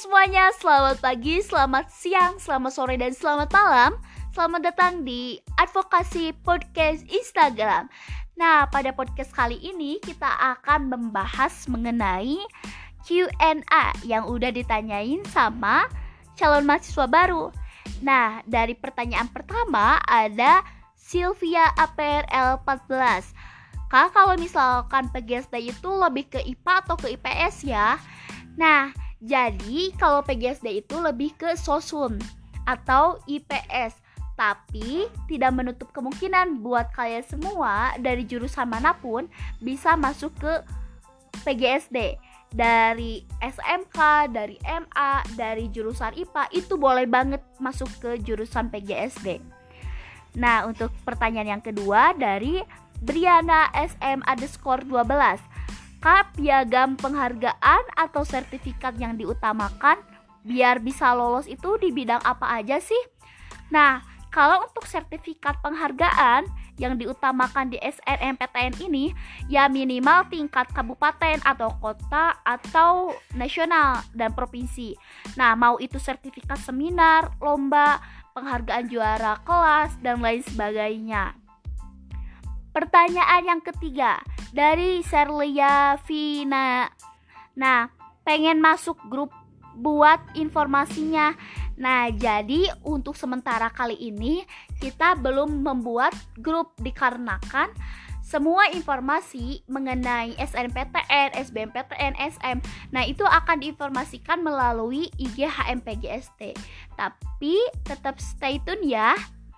semuanya, selamat pagi, selamat siang, selamat sore, dan selamat malam. Selamat datang di Advokasi Podcast Instagram. Nah, pada podcast kali ini kita akan membahas mengenai Q&A yang udah ditanyain sama calon mahasiswa baru. Nah, dari pertanyaan pertama ada Sylvia APRL 14. Kak, kalau misalkan PGSD itu lebih ke IPA atau ke IPS ya? Nah, jadi kalau PGSD itu lebih ke Sosum atau IPS. Tapi tidak menutup kemungkinan buat kalian semua dari jurusan manapun bisa masuk ke PGSD. Dari SMK, dari MA, dari jurusan IPA itu boleh banget masuk ke jurusan PGSD. Nah, untuk pertanyaan yang kedua dari Briana SM_12. Kak, piagam penghargaan atau sertifikat yang diutamakan biar bisa lolos itu di bidang apa aja sih? Nah, kalau untuk sertifikat penghargaan yang diutamakan di SNMPTN ini ya minimal tingkat kabupaten atau kota atau nasional dan provinsi. Nah, mau itu sertifikat seminar, lomba, penghargaan juara kelas, dan lain sebagainya. Pertanyaan yang ketiga dari Serlia Vina. Nah, pengen masuk grup buat informasinya. Nah, jadi untuk sementara kali ini kita belum membuat grup dikarenakan semua informasi mengenai SNMPTN, SBMPTN, SM, nah itu akan diinformasikan melalui IG HMPGST. Tapi tetap stay tune ya.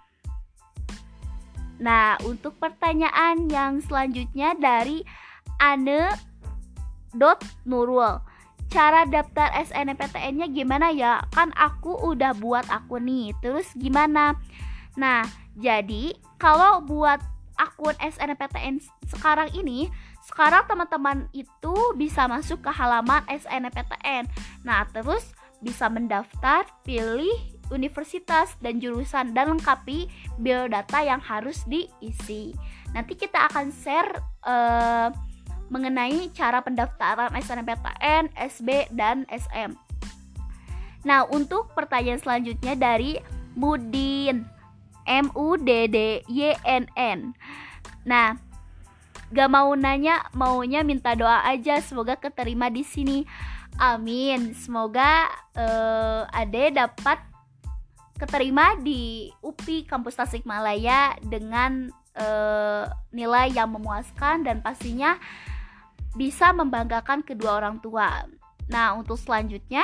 Nah, untuk pertanyaan yang selanjutnya dari Ane.Nurul. Cara daftar SNMPTN-nya gimana ya? Kan aku udah buat akun nih. Terus gimana? Nah, jadi kalau buat akun SNMPTN sekarang ini, sekarang teman-teman itu bisa masuk ke halaman SNMPTN. Nah, terus bisa mendaftar, pilih universitas dan jurusan dan lengkapi biodata yang harus diisi. Nanti kita akan share mengenai cara pendaftaran SNMPTN, SB, dan SM. Nah, untuk pertanyaan selanjutnya dari Mudin MUDDYNN. Nah, gak mau nanya, maunya minta doa aja semoga keterima di sini. Amin. Semoga Ade dapat keterima di UPI Kampus Tasikmalaya dengan nilai yang memuaskan dan pastinya bisa membanggakan kedua orang tua. Nah, untuk selanjutnya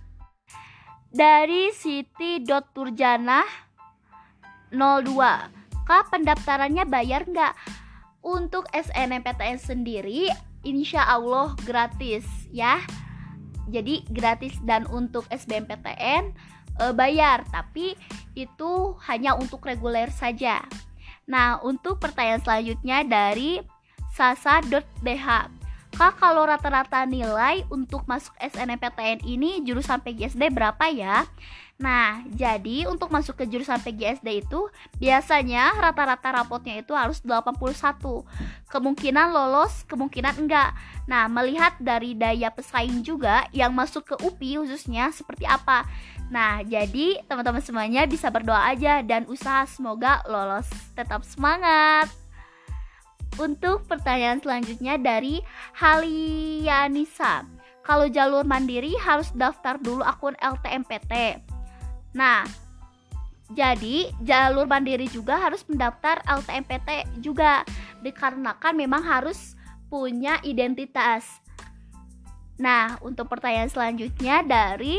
dari Siti.Turjana 02. Kak, pendaftarannya bayar nggak? Untuk SNMPTN sendiri insya Allah gratis ya. Jadi gratis, dan untuk SBMPTN bayar, tapi itu hanya untuk reguler saja. Nah, untuk pertanyaan selanjutnya dari Sasa.DH. Kak, kalau rata-rata nilai untuk masuk SNMPTN ini jurusan PGSD berapa ya? Nah, jadi untuk masuk ke jurusan PGSD itu biasanya rata-rata rapotnya itu harus 81. Kemungkinan lolos, kemungkinan enggak. Nah, melihat dari daya pesaing juga yang masuk ke UPI khususnya seperti apa. Nah, jadi teman-teman semuanya bisa berdoa aja dan usaha semoga lolos. Tetap semangat. Untuk pertanyaan selanjutnya dari Halianisa. Kalau jalur mandiri harus daftar dulu akun LTMPT. Nah, jadi jalur mandiri juga harus mendaftar LTMPT juga, dikarenakan memang harus punya identitas. Nah, untuk pertanyaan selanjutnya dari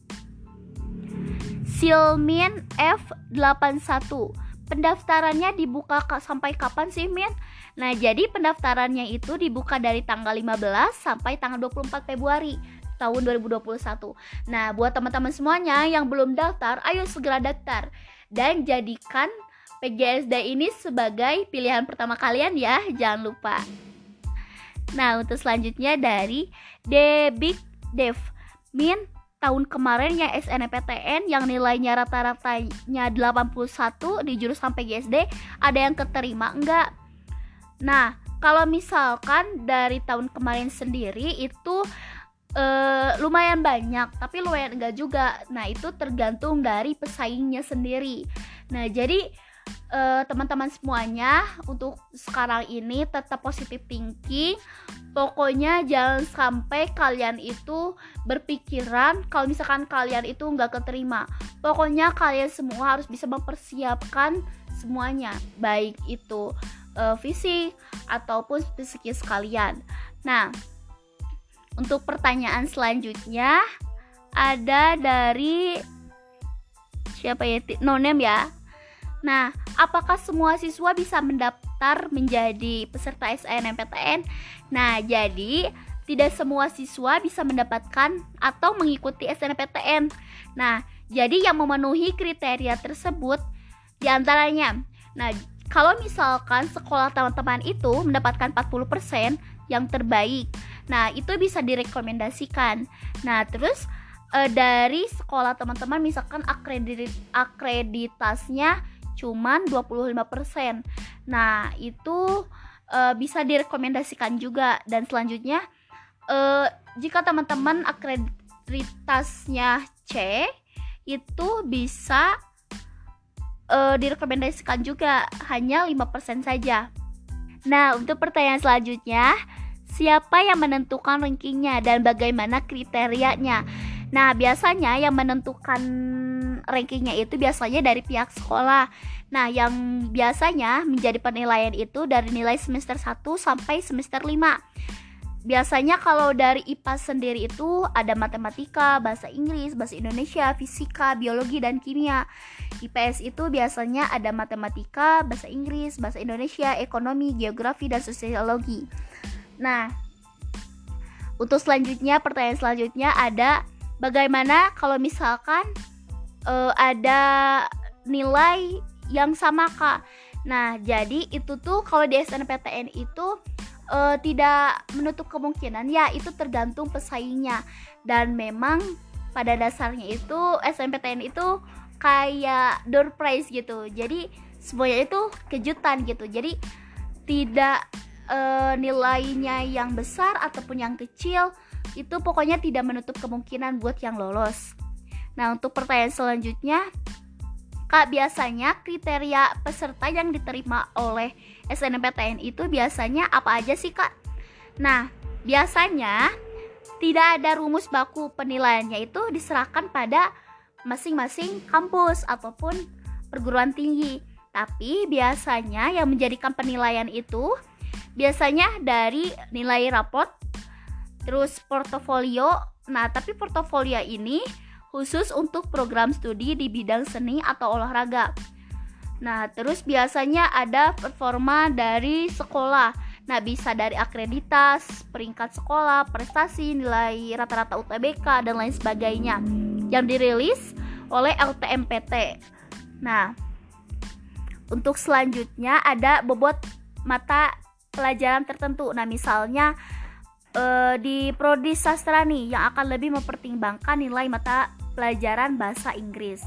Silmin F81. Pendaftarannya dibuka sampai kapan sih, Min? Nah, jadi pendaftarannya itu dibuka dari tanggal 15 sampai tanggal 24 Februari tahun 2021. Nah, buat teman-teman semuanya yang belum daftar, ayo segera daftar dan jadikan PGSD ini sebagai pilihan pertama kalian ya, jangan lupa. Nah, untuk selanjutnya dari Debik Dev. Min, tahun kemarin ya SNMPTN yang nilainya rata-ratanya 81 di jurusan PGSD, ada yang keterima enggak? Nah, kalau misalkan dari tahun kemarin sendiri itu lumayan banyak, tapi lumayan enggak juga. Nah, itu tergantung dari pesaingnya sendiri. Nah, jadi teman-teman semuanya untuk sekarang ini tetap positive thinking. Pokoknya jangan sampai kalian itu berpikiran kalau misalkan kalian itu nggak keterima. Pokoknya kalian semua harus bisa mempersiapkan semuanya, baik itu fisik ataupun psikis kalian. Nah, untuk pertanyaan selanjutnya ada dari siapa ya? Nonem ya. Nah, apakah semua siswa bisa mendaftar menjadi peserta SNMPTN? Nah, jadi tidak semua siswa bisa mendapatkan atau mengikuti SNMPTN. Nah, jadi yang memenuhi kriteria tersebut diantaranya. Nah, kalau misalkan sekolah teman-teman itu mendapatkan 40% yang terbaik, nah itu bisa direkomendasikan. Nah, terus dari sekolah teman-teman misalkan akreditasnya cuman 25%. Nah, itu bisa direkomendasikan juga. Dan selanjutnya jika teman-teman akreditasnya C, itu bisa direkomendasikan juga, hanya 5% saja. Nah, untuk pertanyaan selanjutnya, siapa yang menentukan rankingnya dan bagaimana kriterianya? Nah, biasanya yang menentukan rankingnya itu biasanya dari pihak sekolah. Nah, yang biasanya menjadi penilaian itu dari nilai semester 1 sampai semester 5. Biasanya kalau dari IPA sendiri itu ada matematika, bahasa Inggris, bahasa Indonesia, fisika, biologi, dan kimia. IPS itu biasanya ada matematika, bahasa Inggris, bahasa Indonesia, ekonomi, geografi, dan sosiologi. Nah, untuk selanjutnya, pertanyaan selanjutnya ada bagaimana kalau misalkan ada nilai yang sama, Kak. Nah, jadi itu tuh kalau di SNMPTN itu tidak menutup kemungkinan ya, itu tergantung pesaingnya. Dan memang pada dasarnya itu SNMPTN itu kayak door prize gitu, jadi semuanya itu kejutan gitu. Jadi tidak nilainya yang besar ataupun yang kecil, itu pokoknya tidak menutup kemungkinan buat yang lolos. Nah, untuk pertanyaan selanjutnya, Kak, biasanya kriteria peserta yang diterima oleh SNMPTN itu biasanya apa aja sih, Kak? Nah, biasanya tidak ada rumus baku, penilaiannya itu diserahkan pada masing-masing kampus ataupun perguruan tinggi. Tapi biasanya yang menjadikan penilaian itu biasanya dari nilai raport, terus portofolio. Nah, tapi portofolio ini khusus untuk program studi di bidang seni atau olahraga. Nah, terus biasanya ada performa dari sekolah. Nah, bisa dari akreditas, peringkat sekolah, prestasi, nilai rata-rata UTBK, dan lain sebagainya yang dirilis oleh LTMPT. Nah, untuk selanjutnya ada bobot mata pelajaran tertentu. Nah, misalnya di prodi sastra nih yang akan lebih mempertimbangkan nilai mata pelajaran bahasa Inggris.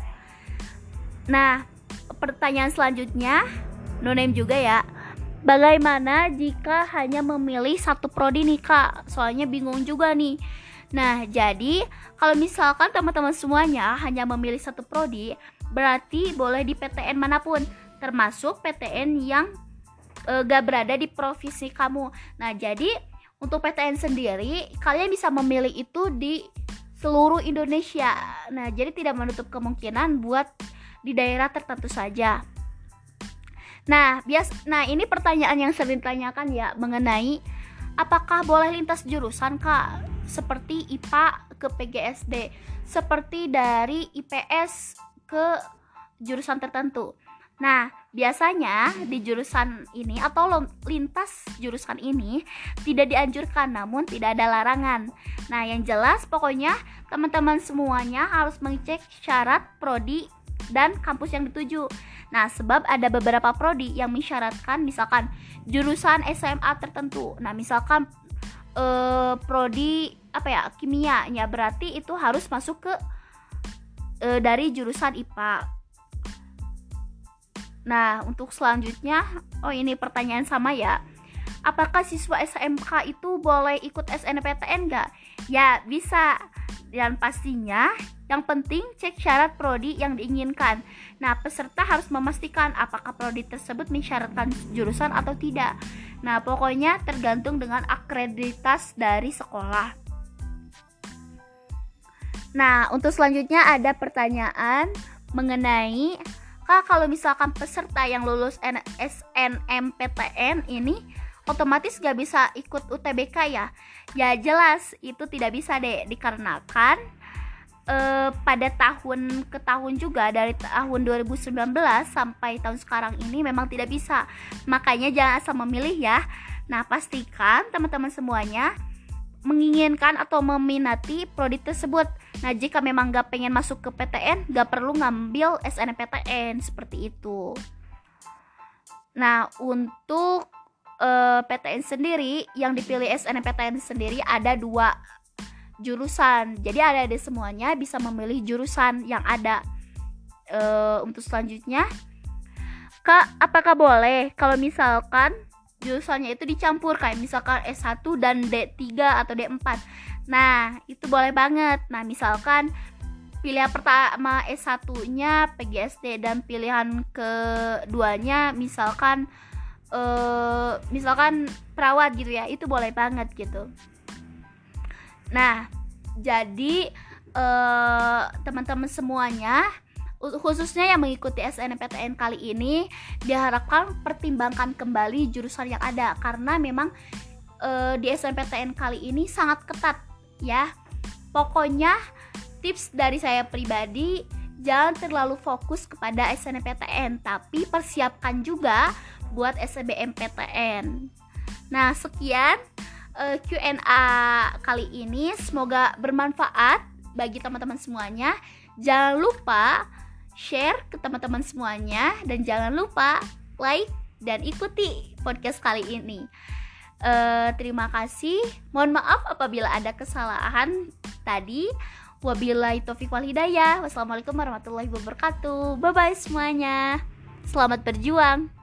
Nah, pertanyaan selanjutnya, no name juga ya. Bagaimana jika hanya memilih satu prodi nih, Kak? Soalnya bingung juga nih. Nah, jadi kalau misalkan teman-teman semuanya hanya memilih satu prodi, berarti boleh di PTN manapun, termasuk PTN yang gak berada di provinsi kamu. Nah, jadi untuk PTN sendiri, kalian bisa memilih itu di seluruh Indonesia. Nah, jadi tidak menutup kemungkinan buat di daerah tertentu saja. Nah, ini pertanyaan yang sering ditanyakan ya, mengenai apakah boleh lintas jurusan, Kak? Seperti IPA ke PGSD, seperti dari IPS ke jurusan tertentu. Nah, biasanya di jurusan ini atau lintas jurusan ini tidak dianjurkan, namun tidak ada larangan. Nah, yang jelas pokoknya teman-teman semuanya harus mengecek syarat prodi dan kampus yang dituju. Nah, sebab ada beberapa prodi yang mensyaratkan misalkan jurusan SMA tertentu. Nah, misalkan prodi kimia, ya berarti itu harus masuk ke dari jurusan IPA. Nah, untuk selanjutnya, ini pertanyaan sama ya. apakah siswa SMK itu boleh ikut SNPTN nggak? Ya bisa, dan pastinya yang penting cek syarat prodi yang diinginkan. Nah, peserta harus memastikan apakah prodi tersebut mensyaratkan jurusan atau tidak. Nah, pokoknya tergantung dengan akreditas dari sekolah. Nah, untuk selanjutnya ada pertanyaan mengenai Kak, kalau misalkan peserta yang lulus SNMPTN ini otomatis gak bisa ikut UTBK ya? Ya jelas itu tidak bisa deh, dikarenakan pada tahun ke tahun juga, dari tahun 2019 sampai tahun sekarang ini memang tidak bisa. Makanya jangan asal memilih ya. Nah, pastikan teman-teman semuanya menginginkan atau meminati prodi tersebut. Nah, jika memang gak pengen masuk ke PTN, gak perlu ngambil SNMPTN, seperti itu. Nah, untuk PTN sendiri, yang dipilih SNMPTN sendiri ada 2 jurusan. Jadi adik-adik semuanya bisa memilih jurusan yang ada. Untuk selanjutnya, Kak, apakah boleh kalau misalkan jurusannya itu dicampur, kayak misalkan S1 dan D3 atau D4? Nah, itu boleh banget. Nah, misalkan pilihan pertama S1-nya PGSD dan pilihan keduanya misalkan perawat gitu ya, itu boleh banget gitu. Nah, jadi teman-teman semuanya, khususnya yang mengikuti SNMPTN kali ini, diharapkan pertimbangkan kembali jurusan yang ada, karena memang di SNMPTN kali ini sangat ketat ya. Pokoknya tips dari saya pribadi, jangan terlalu fokus kepada SNMPTN, tapi persiapkan juga buat SBMPTN. Nah, sekian Q&A kali ini, semoga bermanfaat bagi teman-teman semuanya. Jangan lupa share ke teman-teman semuanya, dan jangan lupa like dan ikuti podcast kali ini. Terima kasih. Mohon maaf apabila ada kesalahan tadi. Wabillahi taufiq wal hidayah. Wassalamualaikum warahmatullahi wabarakatuh. Bye bye semuanya. Selamat berjuang.